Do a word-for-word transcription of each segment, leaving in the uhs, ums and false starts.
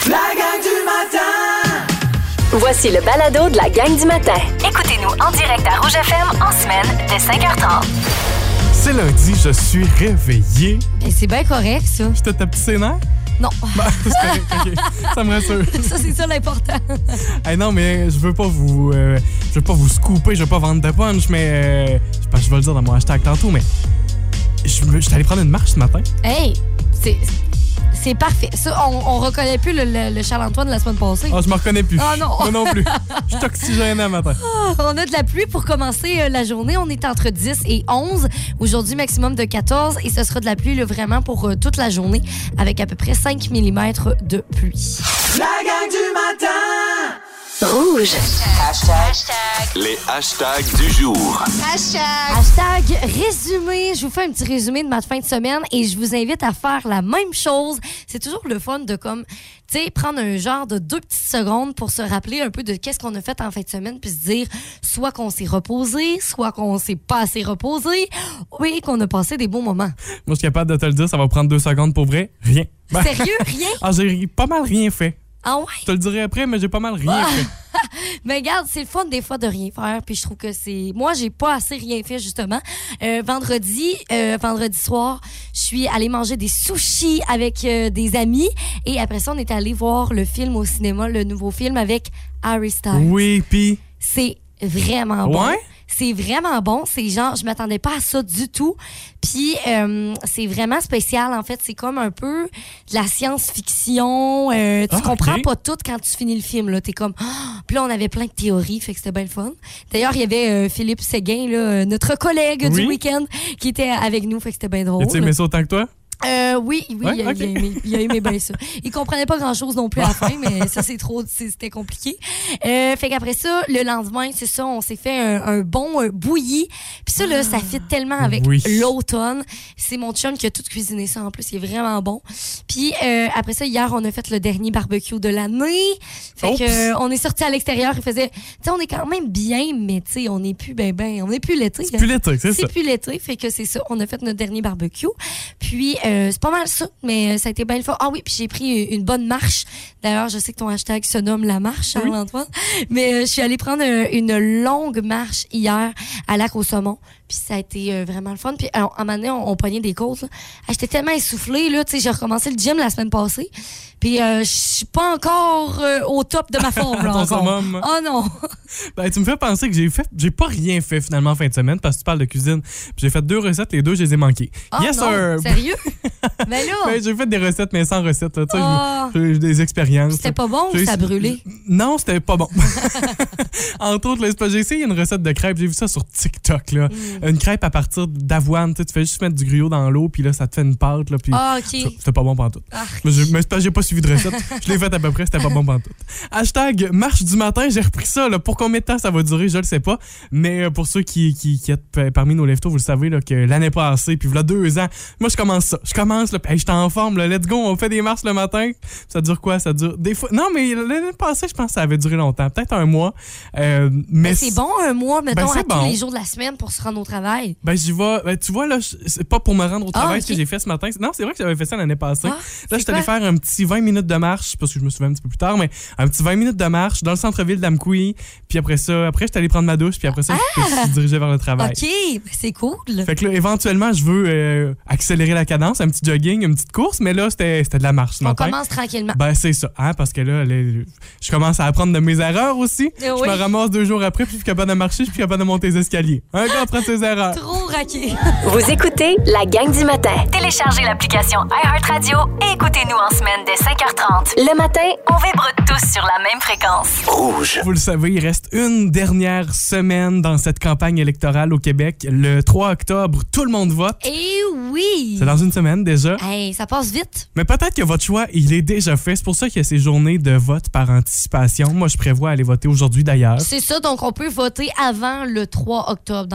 La gang du matin! Voici le balado de la gang du matin. Écoutez-nous en direct à Rouge F M en semaine dès cinq heures trente. C'est lundi, je suis réveillé. Ben, c'est bien correct, ça. J'étais ta petite sénère? Non. Ben, c'est correct, OK. Ça me rassure. Ça, c'est ça l'important. Hey, non, mais je veux pas vous euh, je veux pas vous scooper, je veux pas vendre de punch, mais euh, je, je vais le dire dans mon hashtag tantôt, mais je me- j'étais allé prendre une marche ce matin. Hey, c'est, c'est parfait. Ça, on, on reconnaît plus le, le, le Charles-Antoine de la semaine passée. Ah, je me reconnais plus. Ah, non. Moi non plus. Je suis oxygéné le matin. On a de la pluie pour commencer euh, la journée. On est entre dix et onze. Aujourd'hui, maximum de quatorze. Et ce sera de la pluie là, vraiment pour euh, toute la journée avec à peu près cinq millimètres de pluie. La gang du matin! Rouge. Les hashtags du jour. Hashtag résumé. Je vous fais un petit résumé de ma fin de semaine et je vous invite à faire la même chose. C'est toujours le fun de comme, tu sais, prendre un genre de deux petites secondes pour se rappeler un peu de qu'est-ce qu'on a fait en fin de semaine puis se dire soit qu'on s'est reposé, soit qu'on s'est pas assez reposé, oui, qu'on a passé des bons moments. Moi, je suis capable de te le dire, ça va prendre deux secondes pour vrai. Rien. Ben, Sérieux? Rien? ah, j'ai pas mal rien fait. Ah ouais? Je te le dirai après, mais j'ai pas mal rien fait. Mais regarde, c'est le fun des fois de rien faire. Puis je trouve que c'est... Moi, j'ai pas assez rien fait, justement. Euh, vendredi, euh, vendredi soir, je suis allée manger des sushis avec euh, des amis. Et après ça, on est allé voir le film au cinéma, le nouveau film avec Harry Styles. Oui, pis... C'est vraiment bon. Ouais? C'est vraiment bon. C'est genre, je m'attendais pas à ça du tout. Puis, euh, c'est vraiment spécial, en fait. C'est comme un peu de la science-fiction. Euh, tu Ah, comprends ok. pas tout quand tu finis le film, là. T'es comme... Ah! Puis là, on avait plein de théories, fait que c'était bien le fun. D'ailleurs, il y avait euh, Philippe Séguin, là, euh, notre collègue Oui. du week-end, qui était avec nous, fait que c'était bien drôle. Tu aimé ça autant que toi? Euh, oui, oui, Ouais, il, a, ok. il a aimé, il a aimé bien ça. Il comprenait pas grand-chose non plus à la fin, mais ça, c'est trop, c'est- c'était compliqué. Euh, fait qu'après ça, le lendemain, c'est ça, on s'est fait un, un bon euh, bouilli. Puis ça, là, ça fit tellement avec Oui. l'automne. C'est mon chum qui a tout cuisiné ça en plus, il est vraiment bon. Puis euh, après ça, hier, on a fait le dernier barbecue de l'année. Fait Oups. que euh, on est sorti à l'extérieur, il faisait, tu sais, on est quand même bien, mais tu sais, on n'est plus ben ben, on n'est plus l'été. C'est plus l'été, c'est ça. C'est plus l'été, fait que c'est ça. On a fait notre dernier barbecue. Puis, euh, c'est pas mal ça, mais ça a été bien le fun. Ah oui, puis j'ai pris une bonne marche. D'ailleurs, je sais que ton hashtag se nomme la marche, Charles-Antoine. Mais euh, je suis allée prendre euh, une longue marche hier à Lac au Saumon. Puis ça a été euh, vraiment le fun. Puis alors, à un moment donné, on, on pognait des côtes. Là. Ah, j'étais tellement essoufflée. Là, tu sais, j'ai recommencé le gym la semaine passée. Puis euh, je suis pas encore euh, au top de ma forme. Là, Ton encore. summum. Oh non! Ben, tu me fais penser que j'ai fait, j'ai pas rien fait finalement en fin de semaine parce que tu parles de cuisine. Puis j'ai fait deux recettes, les deux, je les ai manquées. Oh yes, non! sir! Sérieux? Ben là! Ben, j'ai fait des recettes, mais sans recettes. Là, tu sais, Ah. j'ai j'ai des expériences. C'était pas bon ou J'ai- ça a brûlé? Non, c'était pas bon. Entre autres, là, c'est pas- j'ai essayé une recette de crêpes. J'ai vu ça sur TikTok. Là. Mm. Une crêpe à partir d'avoine. Tu sais, tu fais juste mettre du gruyot dans l'eau, puis là, ça te fait une pâte. Là, puis Ah, ça, OK. c'était pas bon pantoute. Ah. Mais, je- mais c'est parce que j'ai pas suivi de recette. Je l'ai fait à peu près, c'était pas bon pantoute. Hashtag marche du matin, j'ai repris ça. Là. Pour combien de temps ça va durer, je le sais pas. Mais euh, pour ceux qui, qui, qui êtes p- parmi nos leftos, vous le savez là, que l'année passée, puis voilà deux ans, moi je commence ça. Je commence, là, puis hey, je suis en forme, là, let's go, on fait des marches le matin. Ça dure quoi? Ça dure des fois. Non, mais l'année passée, je pense que ça avait duré longtemps. Peut-être un mois. Euh, mais Mais c'est bon un mois, mettons, Ben, c'est à bon. tous les jours de la semaine pour se rendre au travail. Ben, j'y vais. Ben, tu vois, là, je- c'est pas pour me rendre au travail Ah, ce que ok. j'ai fait ce matin. Non, c'est vrai que j'avais fait ça l'année passée. Ah, là, c'est je suis allé quoi? faire un petit vingt minutes de marche, parce que je me souviens un petit peu plus tard, mais un petit vingt minutes de marche dans le centre-ville d'Amqui. Puis après ça, après, je suis allé prendre ma douche, puis après ça, je me suis dirigé vers le travail. OK, ben, c'est cool. Fait que là, éventuellement, je veux euh, accélérer la cadence, un petit jogging, une petite course, mais là, c'était c'était de la marche ce On matin. commence tranquillement. Ben, c'est ça, hein, parce que là, les- je commence à apprendre de mes erreurs aussi. Eh Je oui. me ramasse deux jours après, puis je suis capable de marcher, je suis capable de monter les escaliers. Un gars apprend ses erreurs. Trop raqué. Vous écoutez la gang du matin. Téléchargez l'application iHeartRadio et écoutez-nous en semaine dès cinq heures trente. Le matin, on vibre tous sur la même fréquence. Rouge. Vous le savez, il reste une dernière semaine dans cette campagne électorale au Québec. Le trois octobre, tout le monde vote. Eh oui! C'est dans une semaine déjà. Hey, ça passe vite. Mais peut-être que votre choix, il est déjà fait. C'est pour ça qu'il y a ces journées de vote par anticipation. Moi, je prévois aller voter aujourd'hui d'ailleurs. C'est ça, donc on peut voter avant le trois octobre, dans le fond.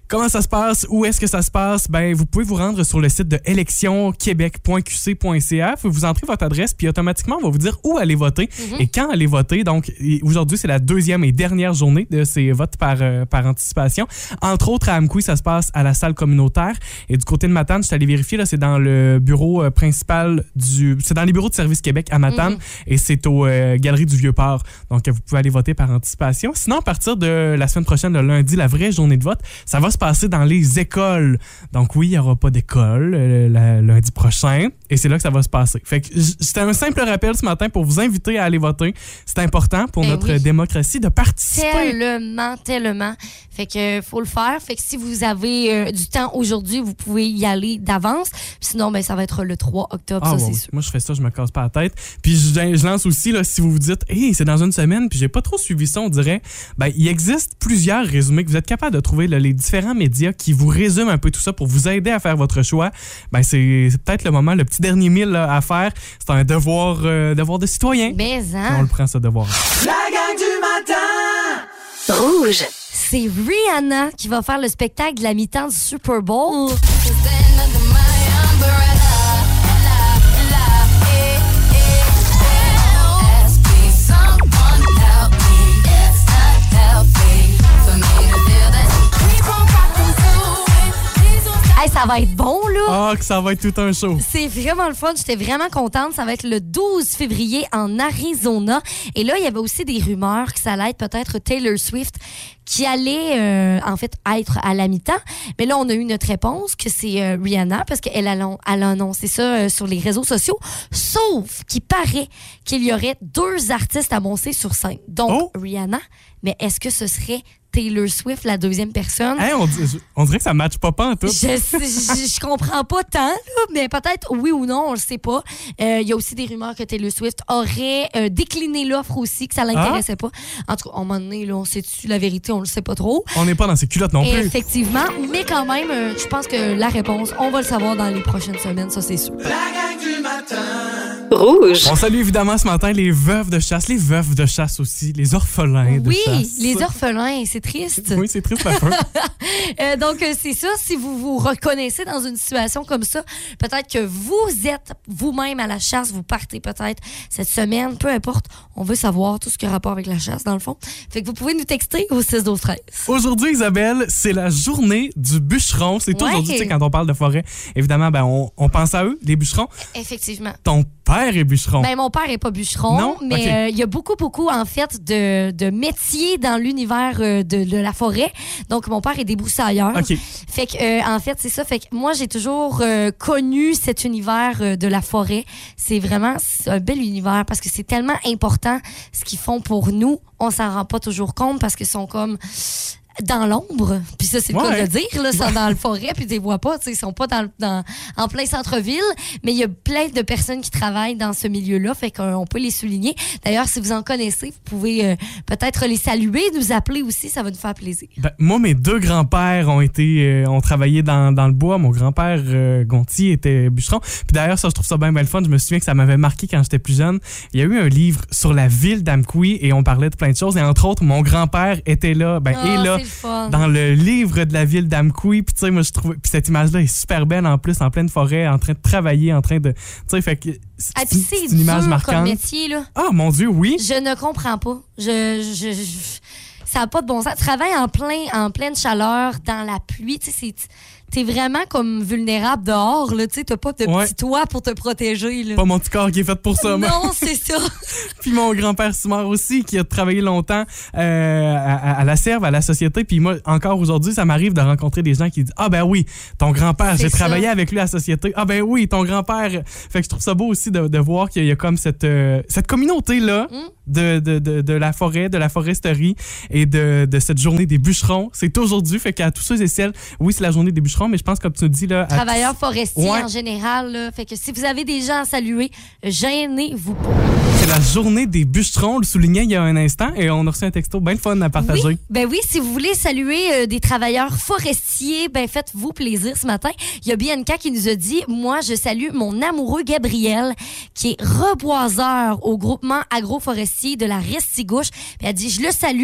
Comment ça se passe? Où est-ce que ça se passe? Ben, vous pouvez vous rendre sur le site de élections québec point q c point c a. Vous, vous entrez votre adresse, puis automatiquement, on va vous dire où aller voter mm-hmm. et quand aller voter. Donc, aujourd'hui, c'est la deuxième et dernière journée de ces votes par, euh, par anticipation. Entre autres, à Amqui, ça se passe à la salle communautaire. Et du côté de Matane, je suis allé vérifier, là, c'est dans le bureau euh, principal du... C'est dans les bureaux de Service Québec à Matane mm-hmm. et c'est aux euh, Galeries du Vieux-Port. Donc, vous pouvez aller voter par anticipation. Sinon, à partir de la semaine prochaine, le lundi, la vraie journée de vote, ça va se passer dans les écoles. Donc oui, il n'y aura pas d'école euh, le lundi prochain et c'est là que ça va se passer. Fait que c'était un simple rappel ce matin pour vous inviter à aller voter. C'est important pour ben notre oui. démocratie de participer. Tellement, tellement. Fait que faut le faire. Fait que si vous avez euh, du temps aujourd'hui, vous pouvez y aller d'avance. Sinon, ben ça va être le trois octobre, ah, ça ouais, c'est oui. sûr. Moi, je fais ça, je me casse pas la tête. Puis je, je lance aussi, là, si vous vous dites, hey, c'est dans une semaine, puis j'ai pas trop suivi ça, on dirait, ben il existe plusieurs résumés que vous êtes capable de trouver, là, les différents médias qui vous résument un peu tout ça pour vous aider à faire votre choix. Ben c'est, c'est peut-être le moment, le petit dernier mille là, à faire. C'est un devoir, euh, devoir de citoyen. Mais hein? On le prend, ce devoir. La gang du matin! Rouge. C'est Rihanna qui va faire le spectacle de la mi-temps du Super Bowl. Hey, ça va être bon, là. Ah, que ça va être tout un show. C'est vraiment le fun. J'étais vraiment contente. Ça va être le douze février en Arizona. Et là, il y avait aussi des rumeurs que ça allait être peut-être Taylor Swift qui allait, euh, en fait, être à la mi-temps. Mais là, on a eu notre réponse que c'est euh, Rihanna parce qu'elle a, elle a annoncé ça euh, sur les réseaux sociaux. Sauf qu'il paraît qu'il y aurait deux artistes à monter sur scène. Donc, oh. Rihanna. Mais est-ce que ce serait Taylor Swift, la deuxième personne? Hey, on, on dirait que ça ne matche pas pas en tout. Je, je, je comprends pas tant, là, mais peut-être oui ou non, on le sait pas. Il euh, y a aussi des rumeurs que Taylor Swift aurait euh, décliné l'offre aussi, que ça l'intéressait ah. pas. En tout cas, à un moment donné, là, on sait-tu la vérité, on le sait pas trop. On n'est pas dans ses culottes non plus. Effectivement, mais quand même, euh, je pense que la réponse, on va le savoir dans les prochaines semaines, ça c'est sûr. La gang du matin! Rouge. On salue évidemment ce matin les veuves de chasse, les veufs de chasse aussi, les orphelins de oui, chasse. Oui, les orphelins, c'est triste. Oui, c'est triste la fin. euh, donc, euh, c'est ça. Si vous vous reconnaissez dans une situation comme ça, peut-être que vous êtes vous-même à la chasse, vous partez peut-être cette semaine, peu importe. On veut savoir tout ce qui a rapport avec la chasse, dans le fond. Fait que vous pouvez nous texter au six douze treize. Aujourd'hui, Isabelle, c'est la journée du bûcheron. C'est ouais. aujourd'hui, tu sais, quand on parle de forêt. Évidemment, ben, on, on pense à eux, les bûcherons. Effectivement. Ton père est bûcheron. Ben, mon père est pas bûcheron, non? mais il okay. euh, y a beaucoup, beaucoup, en fait, de, de métiers dans l'univers euh, de, de la forêt. Donc, mon père est débroussailleur. Okay. Fait que, euh, en fait, c'est ça. Fait que moi, j'ai toujours euh, connu cet univers euh, de la forêt. C'est vraiment c'est un bel univers parce que c'est tellement important ce qu'ils font pour nous. On s'en rend pas toujours compte parce qu'ils sont comme dans l'ombre, puis ça c'est le ouais. cas de le dire, là, ils sont dans le forêt, puis tu les vois pas, ils sont pas dans, dans, en plein centre-ville, mais il y a plein de personnes qui travaillent dans ce milieu-là, fait qu'on peut les souligner. D'ailleurs, si vous en connaissez, vous pouvez euh, peut-être les saluer, nous appeler aussi, ça va nous faire plaisir. Ben, moi, mes deux grands-pères ont été, euh, ont travaillé dans, dans le bois. Mon grand-père euh, Gontier était bûcheron. Puis d'ailleurs, ça, je trouve ça bien, bien le fun. Je me souviens que ça m'avait marqué quand j'étais plus jeune. Il y a eu un livre sur la ville d'Amqui et on parlait de plein de choses. Et entre autres, mon grand-père était là, ben, oh, est là. Fun. Dans le livre de la ville d'Amqui. Puis tu sais, moi je trouve, puis cette image-là est super belle en plus, en pleine forêt, en train de travailler, en train de, tu sais, fait que c'est, ah, c'est, c'est une image dur marquante. comme métier, là. Ah mon Dieu, oui. Je ne comprends pas. Je, je, je ça n'a pas de bon sens. Travaille en plein, en pleine chaleur, dans la pluie, tu sais, c'est t'es vraiment comme vulnérable dehors, là, tu sais, t'as pas de ouais. petit toit pour te protéger, là. Pas mon petit corps qui est fait pour ça, moi. Non, c'est ça. Puis mon grand-père Simard aussi, qui a travaillé longtemps euh, à, à la Serve, à la Société, puis moi, encore aujourd'hui, ça m'arrive de rencontrer des gens qui disent « Ah ben oui, ton grand-père, c'est j'ai ça. travaillé avec lui à la Société. Ah ben oui, ton grand-père... » Fait que je trouve ça beau aussi de, de voir qu'il y a comme cette, euh, cette communauté-là mm. de, de, de, de la forêt, de la foresterie et de, de cette journée des bûcherons. C'est aujourd'hui, fait qu'à tous ceux et celles, oui, c'est la journée des bûcherons, mais je pense, comme tu dis, là... Travailleurs t- forestiers ouais. en général, là. Fait que si vous avez des gens à saluer, gênez-vous pas. C'est la journée des bûcherons, on le soulignait il y a un instant, et on a reçu un texto bien fun à partager. Oui, ben oui, si vous voulez saluer euh, des travailleurs forestiers, ben faites-vous plaisir ce matin. Il y a Bianca qui nous a dit, moi, je salue mon amoureux Gabriel, qui est reboiseur au groupement agroforestier de la Restigouche. Elle a dit, je le salue.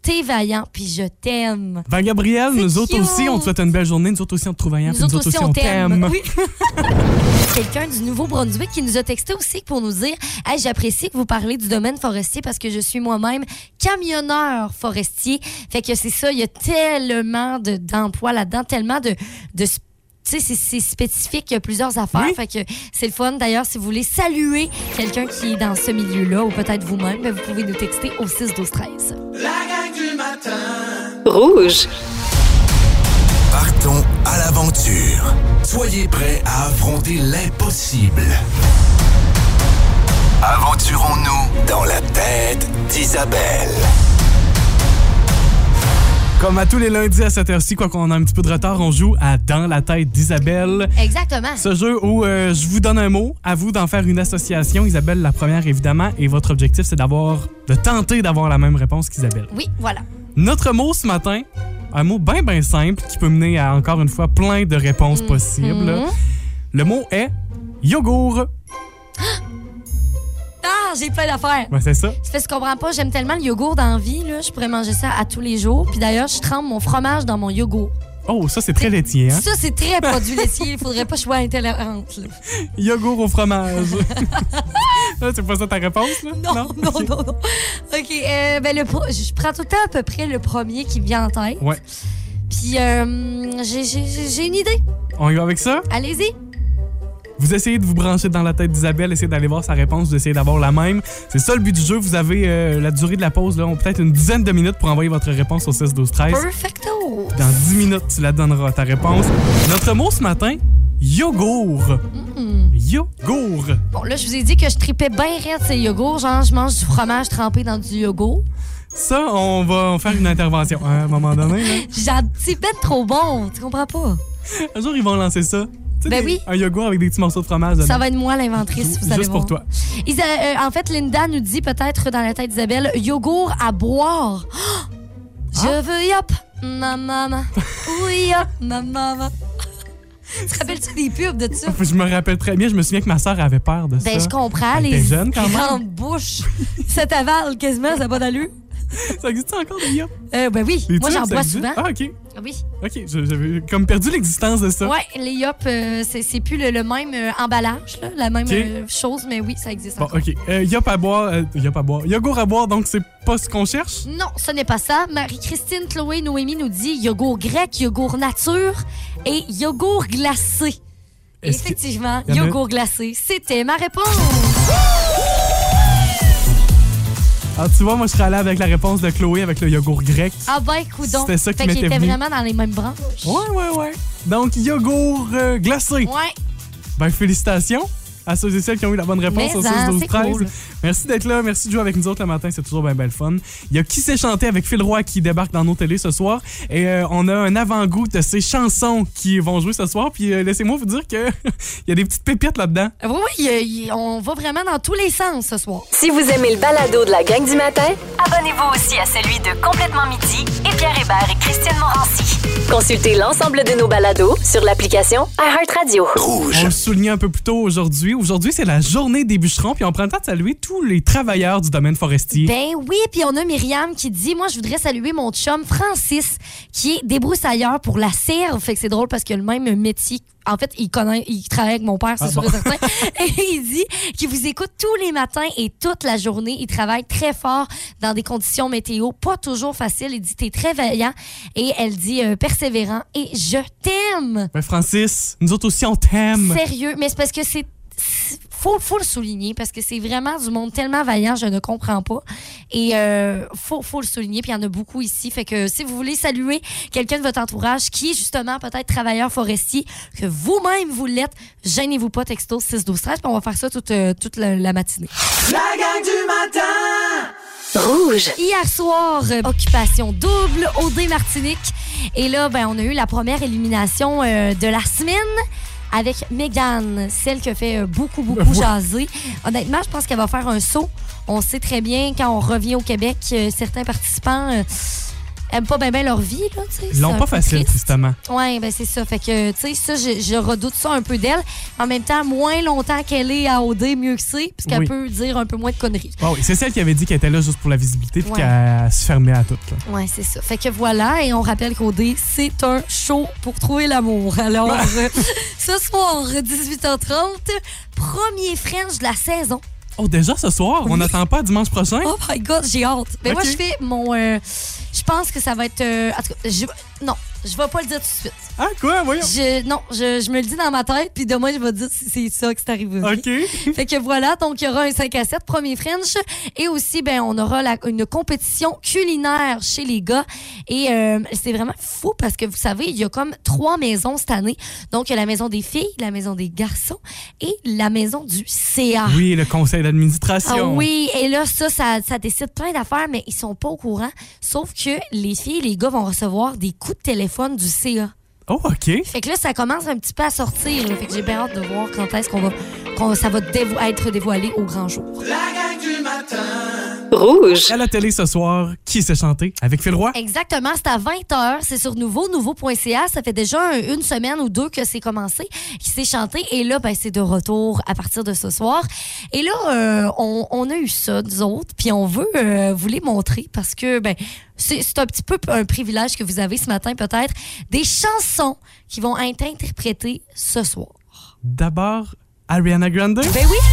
t'es vaillant, puis je t'aime. Ben, Gabriel, C'est nous autres cute. aussi, on te souhaite une belle journée. Nous autres aussi, on te trouve vaillant. Nous, Puis autres aussi, on t'aime. t'aime. Oui. Quelqu'un du Nouveau-Brunswick qui nous a texté aussi pour nous dire hey, j'apprécie que vous parlez du domaine forestier parce que je suis moi-même camionneur forestier. Fait que c'est ça, il y a tellement de, d'emplois là-dedans, tellement de... de tu sais, c'est, c'est spécifique, il y a plusieurs affaires. Oui. Fait que c'est le fun. D'ailleurs, si vous voulez saluer quelqu'un qui est dans ce milieu-là, ou peut-être vous-même, ben, vous pouvez nous texter au six douze treize. La gang du matin. Rouge. Partons à l'aventure. Soyez prêts à affronter l'impossible. Aventurons-nous dans la tête d'Isabelle. Comme à tous les lundis à cette heure-ci, quoi qu'on a un petit peu de retard, on joue à Dans la tête d'Isabelle. Exactement. Ce jeu où euh, je vous donne un mot, à vous d'en faire une association. Isabelle, la première, évidemment. Et votre objectif, c'est d'avoir, de tenter d'avoir la même réponse qu'Isabelle. Oui, voilà. Notre mot ce matin, un mot bien, bien simple qui peut mener à, encore une fois, plein de réponses Mm-hmm. possibles. Le mot est yogourt. Ah, j'ai plein d'affaires. Ouais, c'est ça. C'est parce que je comprends pas, j'aime tellement le yogourt dans la vie, là. Je pourrais manger ça à tous les jours. Puis d'ailleurs, je trempe mon fromage dans mon yogourt. Oh, ça, c'est très laitier, hein? Ça, c'est très produit laitier. Il faudrait pas que je sois intolérante, là. Yogourt au fromage. Là, c'est pas ça ta réponse, là? Non, non, non, Ok. non. OK, euh, ben, le pro- je prends tout le temps à peu près le premier qui me vient en tête. Ouais. Puis, euh, j'ai, j'ai, j'ai une idée. On y va avec ça? Allez-y. Vous essayez de vous brancher dans la tête d'Isabelle, essayez d'aller voir sa réponse, vous essayez d'avoir la même. C'est ça le but du jeu. Vous avez euh, la durée de la pause, là, on peut-être une dizaine de minutes pour envoyer votre réponse au six douze treize. Perfecto. Dans dix minutes, tu la donneras, ta réponse. Notre mot ce matin, yogourt. Mm. Yogourt. Bon, là, je vous ai dit que je tripais bien raide ces yogourts. Genre, je mange du fromage trempé dans du yogourt. Ça, on va en faire une intervention à un moment donné. Là. Genre, c'est ben trop bon. Tu comprends pas? Un jour, ils vont lancer ça. Tu sais, Ben des- oui. Un yogourt avec des petits morceaux de fromage dedans. Ça va être moi l'inventrice, vous allez Juste voir. pour toi. Isa- euh, en fait, Linda nous dit peut-être dans la tête d'Isabelle, yogourt à boire. Oh! Je Ah. veux yop, ma maman. Oui, yop, ma maman. Tu te rappelles-tu des pubs de ça? Je me rappelle très bien, je me souviens que ma soeur avait peur de ça. Ben, je comprends, Elle les était jeune, quand même. grandes bouches. Ça t'avale quasiment, ça n'a pas d'allure. Ça existe encore des yop? Euh, ben oui, Les moi tubes, j'en ça bois existe? souvent. Ah, OK. Oui. OK, je- j'avais comme perdu l'existence de ça. Ouais, les yop, euh, c'est, c'est plus le, le même euh, emballage, là, la même Ok. euh, chose, mais oui, ça existe Bon, encore. OK. Euh, yop à boire. euh, yop à boire. Yogourt à boire, donc c'est pas ce qu'on cherche? Non, ce n'est pas ça. Marie-Christine, Chloé, Noémie nous dit yogourt grec, yogourt nature et yogourt glacé. Est-ce que- Effectivement, y en a- yogourt glacé, c'était ma réponse. Alors, tu vois, moi, je serais allé avec la réponse de Chloé avec le yogourt grec. Ah ben, coudonc. C'était ça qui Fait qu'il m'était était venu. vraiment dans les mêmes branches. Ouais, ouais, ouais. Donc, yogourt euh, glacé. Ouais. Ben, félicitations à ceux et celles qui ont eu la bonne réponse Mais au six hein, douze c'est treize. cool. Merci d'être là. Merci de jouer avec nous autres le matin. C'est toujours bien belle fun. Il y a Qui s'est chanté avec Phil Roy qui débarque dans nos télés ce soir. Et euh, on a un avant-goût de ces chansons qui vont jouer ce soir. Puis euh, laissez-moi vous dire qu'il y a des petites pépites là-dedans. Oui, oui, il y a- il y a- on va vraiment dans tous les sens ce soir. Si vous aimez le balado de la gang du matin, abonnez-vous aussi à celui de Complètement Midi et Pierre Hébert et Christiane Morancy. Consultez l'ensemble de nos balados sur l'application iHeartRadio. Rouge. On le soulignait un peu plus tôt aujourd'hui. Aujourd'hui, c'est la journée des bûcherons. Puis on prend le temps de saluer tous les travailleurs du domaine forestier. Ben oui, puis on a Myriam qui dit, moi, je voudrais saluer mon chum Francis, qui est débroussailleur pour la serve. Fait que c'est drôle parce qu'il a le même métier. En fait, il connaît, il travaille avec mon père, c'est Ah sûr bon. et certain. Et il dit qu'il vous écoute tous les matins et toute la journée. Il travaille très fort dans des conditions météo pas toujours faciles. Il dit, t'es très vaillant. Et elle dit, euh, persévérant. Et je t'aime. Ben Francis, nous autres aussi, on t'aime. Sérieux, mais c'est parce que c'est c'est- faut faut le souligner parce que c'est vraiment du monde tellement vaillant, je ne comprends pas. Et euh, faut faut le souligner, puis il y en a beaucoup ici. Fait que si vous voulez saluer quelqu'un de votre entourage qui est justement peut-être travailleur forestier, que vous-même vous l'êtes, gênez-vous pas, texto six douze treize, puis on va faire ça toute euh, toute la, la matinée. La gang du matin. Rouge. Hier soir, euh, occupation double au D Martinique. Et là, ben, on a eu la première élimination euh, de la semaine avec Mégane, celle qui a fait euh, beaucoup, beaucoup Ouais. jaser. Honnêtement, je pense qu'elle va faire un saut. On sait très bien, quand on revient au Québec, euh, certains participants... euh, aiment pas bien ben leur vie, là, tu sais. Ils l'ont C'est un pas peu facile, triste. tristement. Oui, ben c'est ça. Fait que, tu sais, ça, je, je redoute ça un peu d'elle. En même temps, moins longtemps qu'elle est à O D, mieux que c'est, puisqu'elle Oui. peut dire un peu moins de conneries. Oh, oui, c'est celle qui avait dit qu'elle était là juste pour la visibilité puis Ouais. qu'elle se fermait à tout. là. Oui, c'est ça. Fait que voilà, et on rappelle qu'O D, c'est un show pour trouver l'amour. Alors, euh, ce soir, dix-huit heures trente, premier French de la saison. Oh, déjà ce soir? On n'attend pas dimanche prochain? Oh my God, j'ai hâte. Mais moi, Ok. je fais mon... euh, je pense que ça va être... euh, en tout cas, je, non, je vais pas le dire tout de suite. Ah, quoi? Voyons. Je, non, je, je me le dis dans ma tête, puis demain, je vais te dire si c'est ça que c'est arrivé. OK. Fait que voilà, donc il y aura un cinq à sept, premier French. Et aussi, ben, on aura la- une compétition culinaire chez les gars. Et euh, c'est vraiment fou parce que vous savez, il y a comme trois maisons cette année. Donc, il y a la maison des filles, la maison des garçons et la maison du C A. Oui, le conseil d'administration. Ah oui, et là, ça, ça, ça décide plein d'affaires, mais ils sont pas au courant. Sauf que les filles et les gars vont recevoir des coups de téléphone du C A. Oh, OK. Fait que là, ça commence un petit peu à sortir. Là. Fait que j'ai bien hâte de voir quand est-ce qu'on va, qu'on, ça va dévo- être dévoilé au grand jour. La gang du matin. Rouge. À la télé ce soir, qui s'est chanté? Avec Phil Roy? Exactement, c'est à vingt heures. C'est sur nouveau, nouveau point c a. Ça fait déjà un- une semaine ou deux que c'est commencé, qui s'est chanté. Et là, ben, c'est de retour à partir de ce soir. Et là, euh, on, on a eu ça, nous autres, puis on veut euh, vous les montrer parce que ben, c'est, c'est un petit peu un privilège que vous avez ce matin, peut-être. Des chansons qui vont être interprétées ce soir. D'abord, Ariana Grande. Ben oui!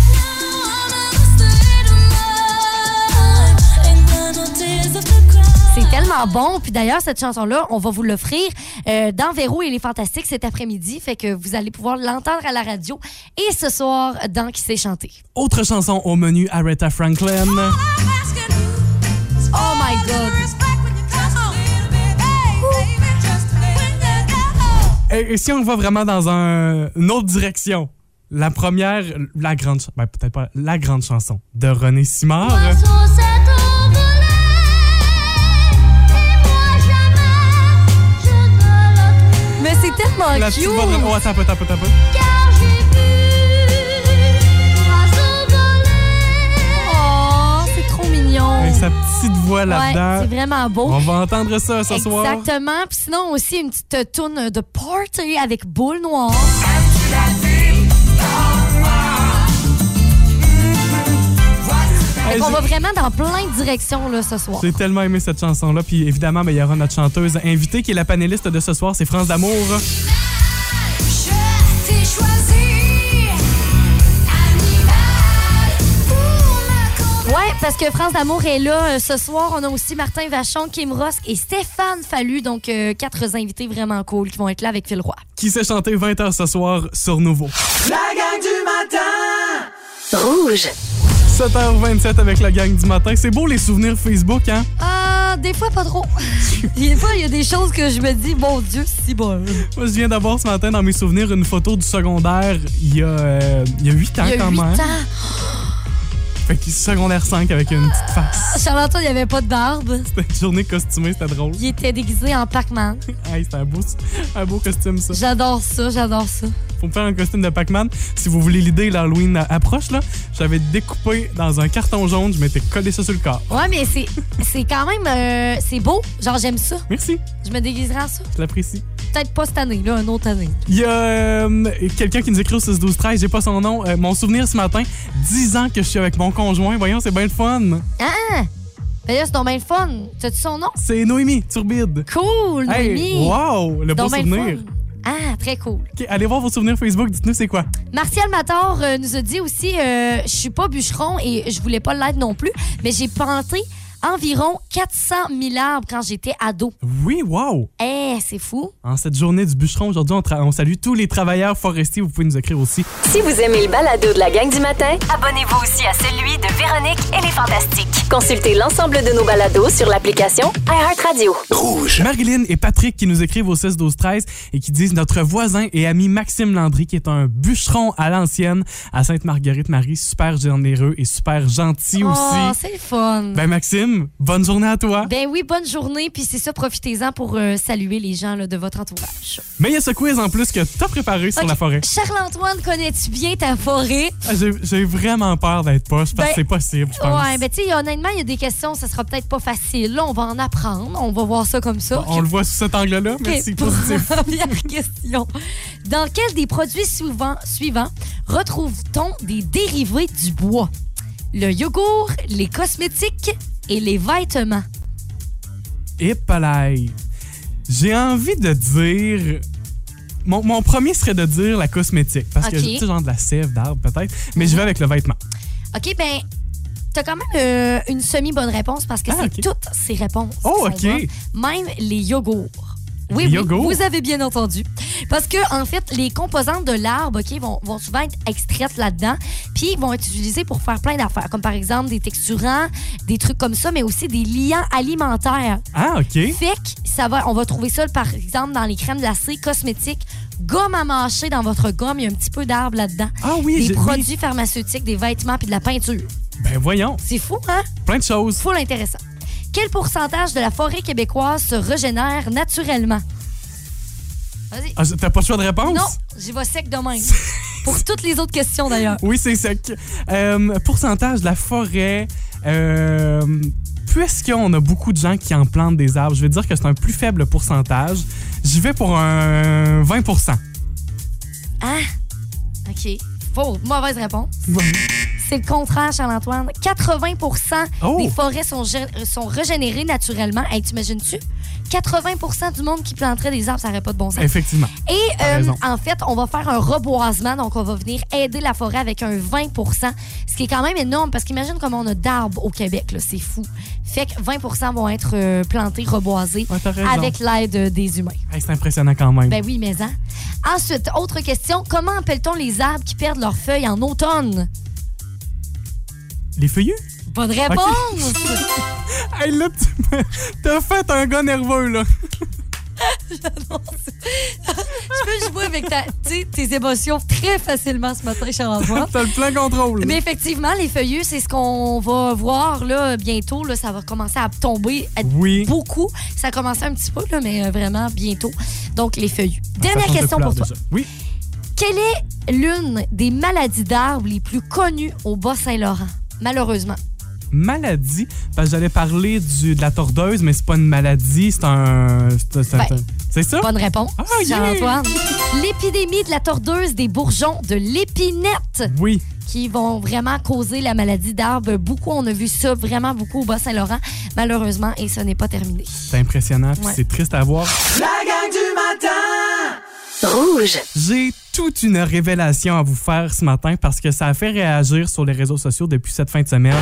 C'est tellement bon. Puis d'ailleurs, cette chanson-là, on va vous l'offrir euh, dans Véro et les Fantastiques cet après-midi. Fait que vous allez pouvoir l'entendre à la radio. Et ce soir, dans Qui s'est chanté. Autre chanson au menu, Aretha Franklin. Oh my God! Et, et si on va vraiment dans un- une autre direction, la première, la grande, ch- ben, peut-être pas la grande chanson de René Simard. Mais c'est tellement La cute! petite voix de... Oh, attends, attends, attends, attends. Oh, c'est trop mignon! Avec sa petite voix Ouais, là-dedans. c'est vraiment beau. On va entendre ça ce soir. Exactement. Puis sinon aussi une petite toune de party avec Boule Noire. Hey, Fait qu'on j'ai- va vraiment dans plein de directions là, ce soir. J'ai tellement aimé cette chanson-là. Puis évidemment, ben, il y aura notre chanteuse invitée qui est la panéliste de ce soir, c'est France d'Amour. Ouais, parce que France d'Amour est là euh, ce soir. On a aussi Martin Vachon, Kim Rosk et Stéphane Fallu. Donc, euh, quatre invités vraiment cool qui vont être là avec Phil Roy. Qui s'est chanté vingt heures ce soir sur Nouveau. La gang du matin. Rouge. sept heures vingt-sept avec la gang du matin. C'est beau les souvenirs Facebook, hein? Ah, des fois, pas trop. Des fois, il y a des choses que je me dis, bon Dieu, si bon. Moi, je viens d'avoir ce matin dans mes souvenirs une photo du secondaire il y a, euh, il y a huit ans Il y a quand huit même. ans. Fait que secondaire cinq avec une petite face. Charles-Antoine, il n'y avait pas de barbe. C'était une journée costumée, c'était drôle. Il était déguisé en Pac-Man. Hey, c'était un beau, un beau costume, ça. J'adore ça, j'adore ça. Faut me faire un costume de Pac-Man. Si vous voulez l'idée, l'Halloween approche, là. J'avais découpé dans un carton jaune, je m'étais collé ça sur le corps. Ouais, mais c'est, c'est quand même... euh, c'est beau. Genre, j'aime ça. Merci, Je me déguiserai en ça. je l'apprécie. Peut-être pas cette année, là, une autre année. Il y a euh, quelqu'un qui nous écrit au six douze treize, j'ai pas son nom. Euh, mon souvenir ce matin, dix ans que je suis avec mon conjoint. Voyons, c'est bien le fun. Ah! Ben là, c'est donc bien le fun. T'as-tu son nom? C'est Noémie Turbide. Cool, Noémie! Hey, wow, le beau Donc ben le souvenir. fun. Ah, très cool. Ok, allez voir vos souvenirs Facebook, dites-nous c'est quoi. Martial Mator euh, nous a dit aussi, euh, je suis pas bûcheron et je voulais pas l'être non plus, mais j'ai planté environ quatre cent mille arbres quand j'étais ado. Oui, wow. Eh, c'est fou. En cette journée du bûcheron, aujourd'hui, on, tra- on salue tous les travailleurs forestiers. Vous pouvez nous écrire aussi. Si vous aimez le balado de la gang du matin, abonnez-vous aussi à celui de Véronique et les Fantastiques. Consultez l'ensemble de nos balados sur l'application iHeartRadio. Rouge. Marilyn et Patrick qui nous écrivent au six douze treize et qui disent notre voisin et ami Maxime Landry, qui est un bûcheron à l'ancienne à Sainte-Marguerite-Marie, super généreux et super gentil Oh, aussi. c'est le fun. Ben Maxime, Kim, bonne journée à toi. Ben oui, bonne journée. Puis c'est ça, profitez-en pour euh, saluer les gens là, de votre entourage. Mais il y a ce quiz en plus que t'as préparé sur Okay. la forêt. Charles-Antoine, connais-tu bien ta forêt? Ah, j'ai, j'ai vraiment peur d'être poche parce Ben, que c'est possible, je pense. Ouais, ben tu sais, honnêtement, il y a des questions, ça sera peut-être pas facile. Là, on va en apprendre. On va voir ça comme ça. Bon, on le voit sous cet angle-là. OK, Merci, pour positif. première question. Dans quel des produits suivants, suivants retrouve-t-on des dérivés du bois? Le yogourt, les cosmétiques et les vêtements. Et palais. J'ai envie de dire... Mon, mon premier serait de dire la cosmétique. Parce que, Ok. tu sais, genre de la sève d'arbre peut-être. Mais je vais avec le vêtement. OK, ben t'as quand même euh, une semi-bonne réponse parce que Ah, c'est ok. toutes ces réponses. Oh, qui sont ok. bonnes. Même les yogourts. Oui, Les oui, yogourts? vous avez bien entendu. Parce que, en fait, les composantes de l'arbre, OK, vont, vont souvent être extraites là-dedans, puis ils vont être utilisés pour faire plein d'affaires, comme par exemple des texturants, des trucs comme ça, mais aussi des liants alimentaires. Ah, OK. Fait que ça va, on va trouver ça, par exemple, dans les crèmes glacées, cosmétiques, gomme à mâcher dans votre gomme, il y a un petit peu d'arbre là-dedans. Ah oui, Des j'ai- produits oui. pharmaceutiques, des vêtements puis de la peinture. Ben voyons, C'est fou, hein? plein de choses. Full intéressant. Quel pourcentage de la forêt québécoise se régénère naturellement? Vas-y. Ah, t'as pas de choix de réponse? Non, j'y vais sec de même. Pour toutes les autres questions, d'ailleurs. Oui, c'est sec. Euh, pourcentage de la forêt. Euh, puisqu'on a beaucoup de gens qui en plantent des arbres, je vais dire que c'est un plus faible pourcentage. J'y vais pour un vingt pour cent. Ah, OK. Faux. Mauvaise réponse. C'est le contraire, Charles-Antoine. quatre-vingts pour cent Oh! des forêts sont, gé- sont régénérées naturellement. Hey, t'imagines-tu? quatre-vingts pour cent du monde qui planterait des arbres, ça n'aurait pas de bon sens. Effectivement. Et T'as euh, raison. en fait, on va faire un reboisement, donc on va venir aider la forêt avec un vingt pour cent, ce qui est quand même énorme parce qu'imagine comment on a d'arbres au Québec, là, c'est fou. Fait que vingt pour cent vont être euh, plantés, reboisés Ouais, t'as raison. avec l'aide euh, des humains. Hey, c'est impressionnant quand même. Ben oui, mais hein. Ensuite, autre question, comment appelle-t-on les arbres qui perdent leurs feuilles en automne? Les feuillus? Bonne réponse! Hey, là, tu m'as- t'as fait un gars nerveux, là. Je peux jouer avec ta, tu sais, tes émotions très facilement ce matin, Charles-Antoine. T'as le plein contrôle. Mais effectivement, les feuillus, c'est ce qu'on va voir là, bientôt. Là, ça va commencer à tomber à Oui. beaucoup. Ça a commencé un petit peu, là, mais euh, vraiment bientôt. Donc, les feuillus. Ça Dernière change de question couleur pour toi. déjà. Oui. Quelle est l'une des maladies d'arbres les plus connues au Bas-Saint-Laurent? Malheureusement. Maladie. Parce que j'allais parler du, de la tordeuse, mais c'est pas une maladie, c'est un. C'est, c'est- Ben, c'est ça? Bonne réponse, Ah, yeah! Jean-Antoine. L'épidémie de la tordeuse des bourgeons de l'épinette Oui. qui vont vraiment causer la maladie d'arbres. Beaucoup, on a vu ça vraiment beaucoup au Bas-Saint-Laurent, malheureusement, et ce n'est pas terminé. C'est impressionnant, puis Ouais. c'est triste à voir. La gang du matin! Rouge. J'ai toute une révélation à vous faire ce matin parce que ça a fait réagir sur les réseaux sociaux depuis cette fin de semaine.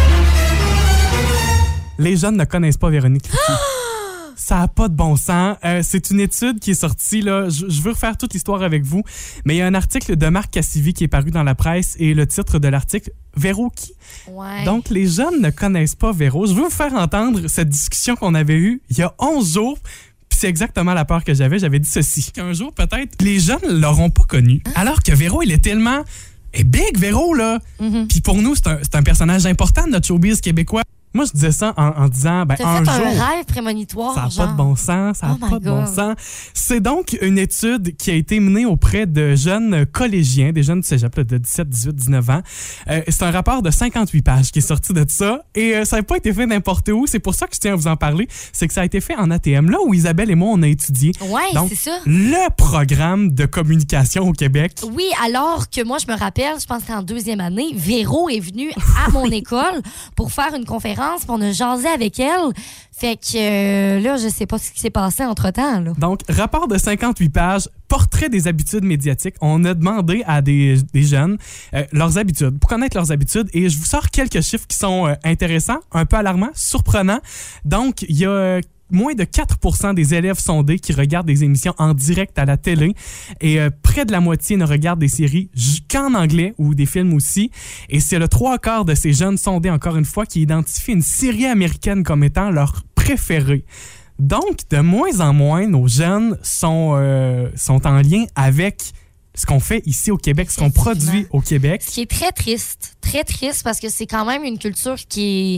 Les jeunes ne connaissent pas Véronique Cloutier. Ça n'a pas de bon sens. Euh, c'est une étude qui est sortie. Là. Je, je veux refaire toute l'histoire avec vous, mais il y a un article de Marc Cassivi qui est paru dans la presse et le titre de l'article, Véro qui? Ouais. Donc, les jeunes ne connaissent pas Véro. Je veux vous faire entendre cette discussion qu'on avait eue il y a onze jours. Puis c'est exactement la peur que j'avais. J'avais dit ceci. Qu'un jour, peut-être, les jeunes ne l'auront pas connu. Alors que Véro, il est tellement... est big, Véro, là. Mhm. Puis pour nous, c'est un, c'est un personnage important de notre showbiz québécois. Moi, je disais ça en, en disant, ben, T'as un fait jour... un rêve prémonitoire, Ça n'a genre. pas de bon sens, ça n'a Oh my pas de bon God. sens. C'est donc une étude qui a été menée auprès de jeunes collégiens, des jeunes du cégep là, de dix-sept, dix-huit, dix-neuf ans. Euh, c'est un rapport de cinquante-huit pages qui est sorti de ça et euh, ça n'a pas été fait n'importe où. C'est pour ça que je tiens à vous en parler. C'est que ça a été fait en A T M, là où Isabelle et moi, on a étudié. Ouais, Donc, c'est ça. le programme de communication au Québec. Oui, alors que moi, je me rappelle, je pense que c'était en deuxième année, Véro est venue à mon école pour faire une conférence, puis on a jasé avec elle. Fait que euh, là, je sais pas ce qui s'est passé entre-temps, là. Donc, rapport de cinquante-huit pages, portrait des habitudes médiatiques. On a demandé à des, des jeunes euh, leurs habitudes, pour connaître leurs habitudes. Et je vous sors quelques chiffres qui sont euh, intéressants, un peu alarmants, surprenants. Donc, il y a... Euh, moins de quatre pour cent des élèves sondés qui regardent des émissions en direct à la télé et euh, près de la moitié ne regardent des séries j- qu'en anglais ou des films aussi. Et c'est le trois quarts de ces jeunes sondés, encore une fois, qui identifient une série américaine comme étant leur préférée. Donc, de moins en moins, nos jeunes sont, euh, sont en lien avec ce qu'on fait ici au Québec, ce qu'on produit au Québec. Ce qui est très triste, très triste parce que c'est quand même une culture qui est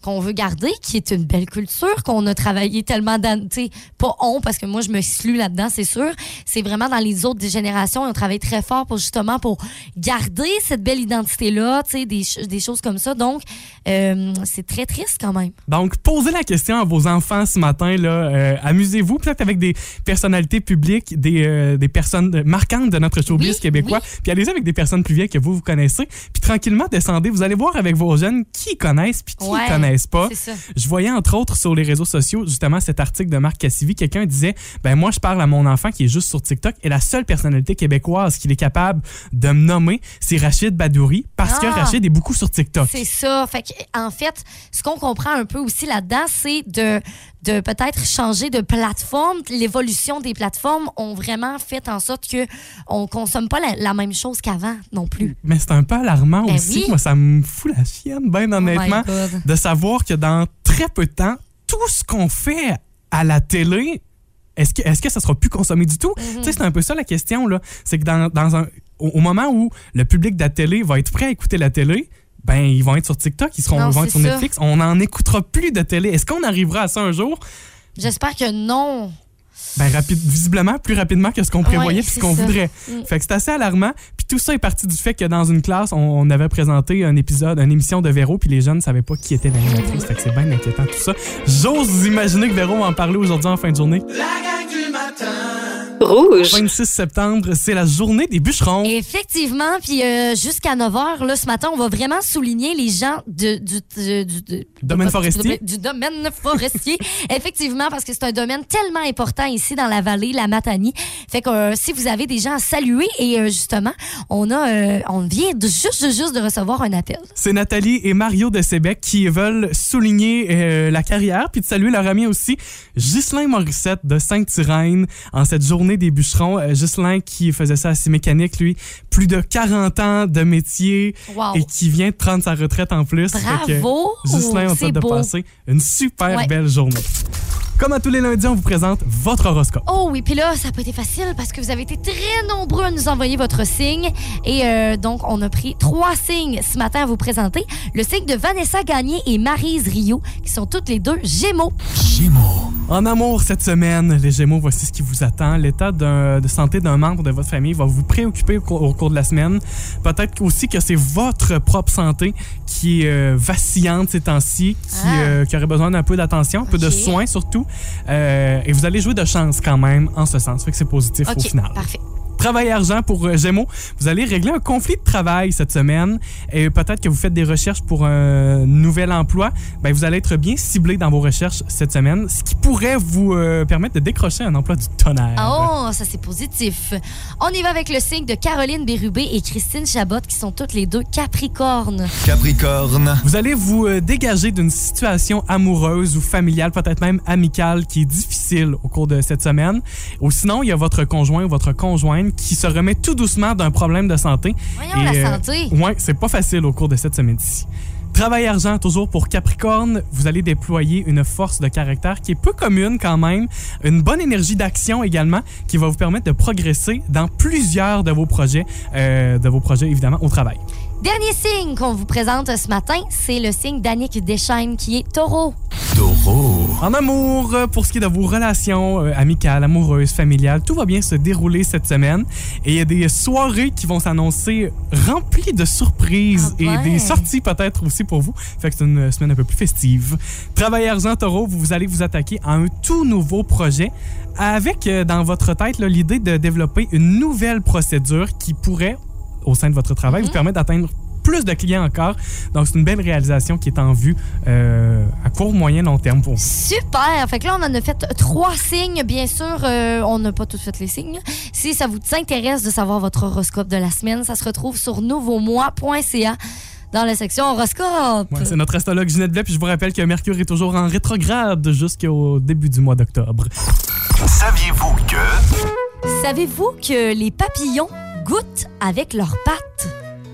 qu'on veut garder, qui est une belle culture, qu'on a travaillé tellement d'années, tu sais, pas on, parce que moi, je me suis là-dedans, c'est sûr. C'est vraiment dans les autres générations, ils ont travaillé très fort pour justement pour garder cette belle identité-là, tu sais, des, des choses comme ça. Donc, euh, c'est très triste quand même. Donc, posez la question à vos enfants ce matin, là. Euh, amusez-vous peut-être avec des personnalités publiques, des, euh, des personnes marquantes de notre showbiz oui, québécois. Oui. Puis allez-y avec des personnes plus vieilles que vous, vous connaissez. Puis tranquillement, descendez. Vous allez voir avec vos jeunes qui connaissent puis qui ouais, connaissent pas. C'est ça. Je voyais entre autres sur les réseaux sociaux justement cet article de Marc Cassivi. Quelqu'un disait, ben moi je parle à mon enfant qui est juste sur TikTok et la seule personnalité québécoise qu'il est capable de me nommer, c'est Rachid Badouri parce ah, que Rachid est beaucoup sur TikTok. C'est ça. Fait que, en fait, ce qu'on comprend un peu aussi là-dedans, c'est de de peut-être changer de plateforme. L'évolution des plateformes ont vraiment fait en sorte que on consomme pas la, la même chose qu'avant non plus. Mais c'est un peu alarmant ben aussi. Oui. Moi, ça me fout la chienne, ben honnêtement, oh de savoir que dans très peu de temps, tout ce qu'on fait à la télé, est-ce que, est-ce que ça sera plus consommé du tout? Mm-hmm. Tu sais, c'est un peu ça la question, là. C'est que dans, dans un, au, au moment où le public de la télé va être prêt à écouter la télé, ben ils vont être sur TikTok, ils seront non, vont être sur ça. Netflix. On n'en écoutera plus de télé. Est-ce qu'on arrivera à ça un jour? J'espère que non. Ben, rapide, visiblement, plus rapidement que ce qu'on prévoyait ouais, puis ce qu'on ça. voudrait. Mm. Fait que c'est assez alarmant. Puis tout ça est parti du fait que dans une classe, on, on avait présenté un épisode, une émission de Véro, puis les jeunes ne savaient pas qui était l'animatrice. Fait que c'est bien inquiétant tout ça. J'ose imaginer que Véro va en parler aujourd'hui en fin de journée. La gang du matin. Rouge. vingt-six septembre, c'est la journée des bûcherons. Effectivement, puis euh, jusqu'à neuf heures, là, ce matin, on va vraiment souligner les gens de, du, du, du, du Domaine du, forestier. Du, du domaine forestier. Effectivement, parce que c'est un domaine tellement important ici dans la vallée, la Matanie. Fait que euh, si vous avez des gens à saluer, et euh, justement, on a, euh, on vient de, juste, juste de recevoir un appel. C'est Nathalie et Mario de Sébec qui veulent souligner euh, la carrière puis de saluer leur ami aussi, Ghislain Morissette de Sainte-Irène, en cette journée des bûcherons. Euh, Ghislain qui faisait ça assez mécanique, lui, plus de quarante ans de métier Wow. et qui vient de prendre sa retraite en plus. Bravo! Ghislain, on C'est souhaite de beau. passer une super Ouais. belle journée. Comme à tous les lundis, on vous présente votre horoscope. Oh oui, puis là, ça n'a pas été facile parce que vous avez été très nombreux à nous envoyer votre signe. Et euh, donc, on a pris trois signes ce matin à vous présenter. Le signe de Vanessa Gagné et Maryse Rio, qui sont toutes les deux Gémeaux. Gémeaux. En amour, cette semaine, les Gémeaux, voici ce qui vous attend. L'état d'un- de santé d'un membre de votre famille va vous préoccuper au cours, au cours de la semaine. Peut-être aussi que c'est votre propre santé qui est euh, vacillante ces temps-ci, qui, Ah. euh, qui aurait besoin d'un peu d'attention, un peu de Ok. soins surtout. Euh, et vous allez jouer de chance quand même en ce sens. Fait que c'est positif OK, au final. parfait. Travail et argent pour euh, Gémeaux. Vous allez régler un conflit de travail cette semaine et peut-être que vous faites des recherches pour un nouvel emploi. Ben, vous allez être bien ciblé dans vos recherches cette semaine, ce qui pourrait vous euh, permettre de décrocher un emploi du tonnerre. Oh, ça c'est positif. On y va avec le signe de Caroline Bérubé et Christine Chabot, qui sont toutes les deux Capricornes. Capricorne. Vous allez vous euh, dégager d'une situation amoureuse ou familiale, peut-être même amicale, qui est difficile au cours de cette semaine. Ou sinon, il y a votre conjoint ou votre conjointe qui se remet tout doucement d'un problème de santé. Voyons Et, la euh, santé. Ouais, c'est pas facile au cours de cette semaine-ci. Travail argent, toujours pour Capricorne, vous allez déployer une force de caractère qui est peu commune quand même, une bonne énergie d'action également qui va vous permettre de progresser dans plusieurs de vos projets, euh, de vos projets évidemment au travail. Dernier signe qu'on vous présente ce matin, c'est le signe d'Annick Deschaines, qui est Taureau. Taureau. En amour, euh, pour ce qui est de vos relations euh, amicales, amoureuses, familiales, tout va bien se dérouler cette semaine. Et il y a des soirées qui vont s'annoncer remplies de surprises Ah ouais. et des sorties peut-être aussi pour vous. Fait que c'est une semaine un peu plus festive. Travail argent, Taureau, vous allez vous attaquer à un tout nouveau projet avec euh, dans votre tête là, l'idée de développer une nouvelle procédure qui pourrait, au sein de votre travail, Mm-hmm. vous permettre d'atteindre plus de clients encore. Donc, c'est une belle réalisation qui est en vue euh, à court, moyen, long terme pour vous. Super! Fait que là, on en a fait trois signes. Bien sûr, euh, on n'a pas tous fait les signes. Si ça vous intéresse de savoir votre horoscope de la semaine, ça se retrouve sur nouveaumois point c a dans la section horoscope. Ouais, c'est notre astrologue Ginette Blais, puis je vous rappelle que Mercure est toujours en rétrograde jusqu'au début du mois d'octobre. Saviez-vous que... Savez-vous que les papillons goûtent avec leurs pattes?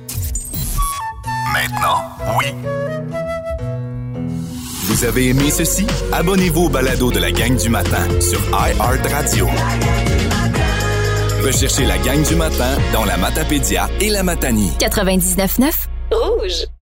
Maintenant, oui. Vous avez aimé ceci? Abonnez-vous au balado de la gang du matin sur iHeartRadio. Recherchez la gang du matin dans la Matapédia et la Matanie. quatre-vingt-dix-neuf neuf Rouge.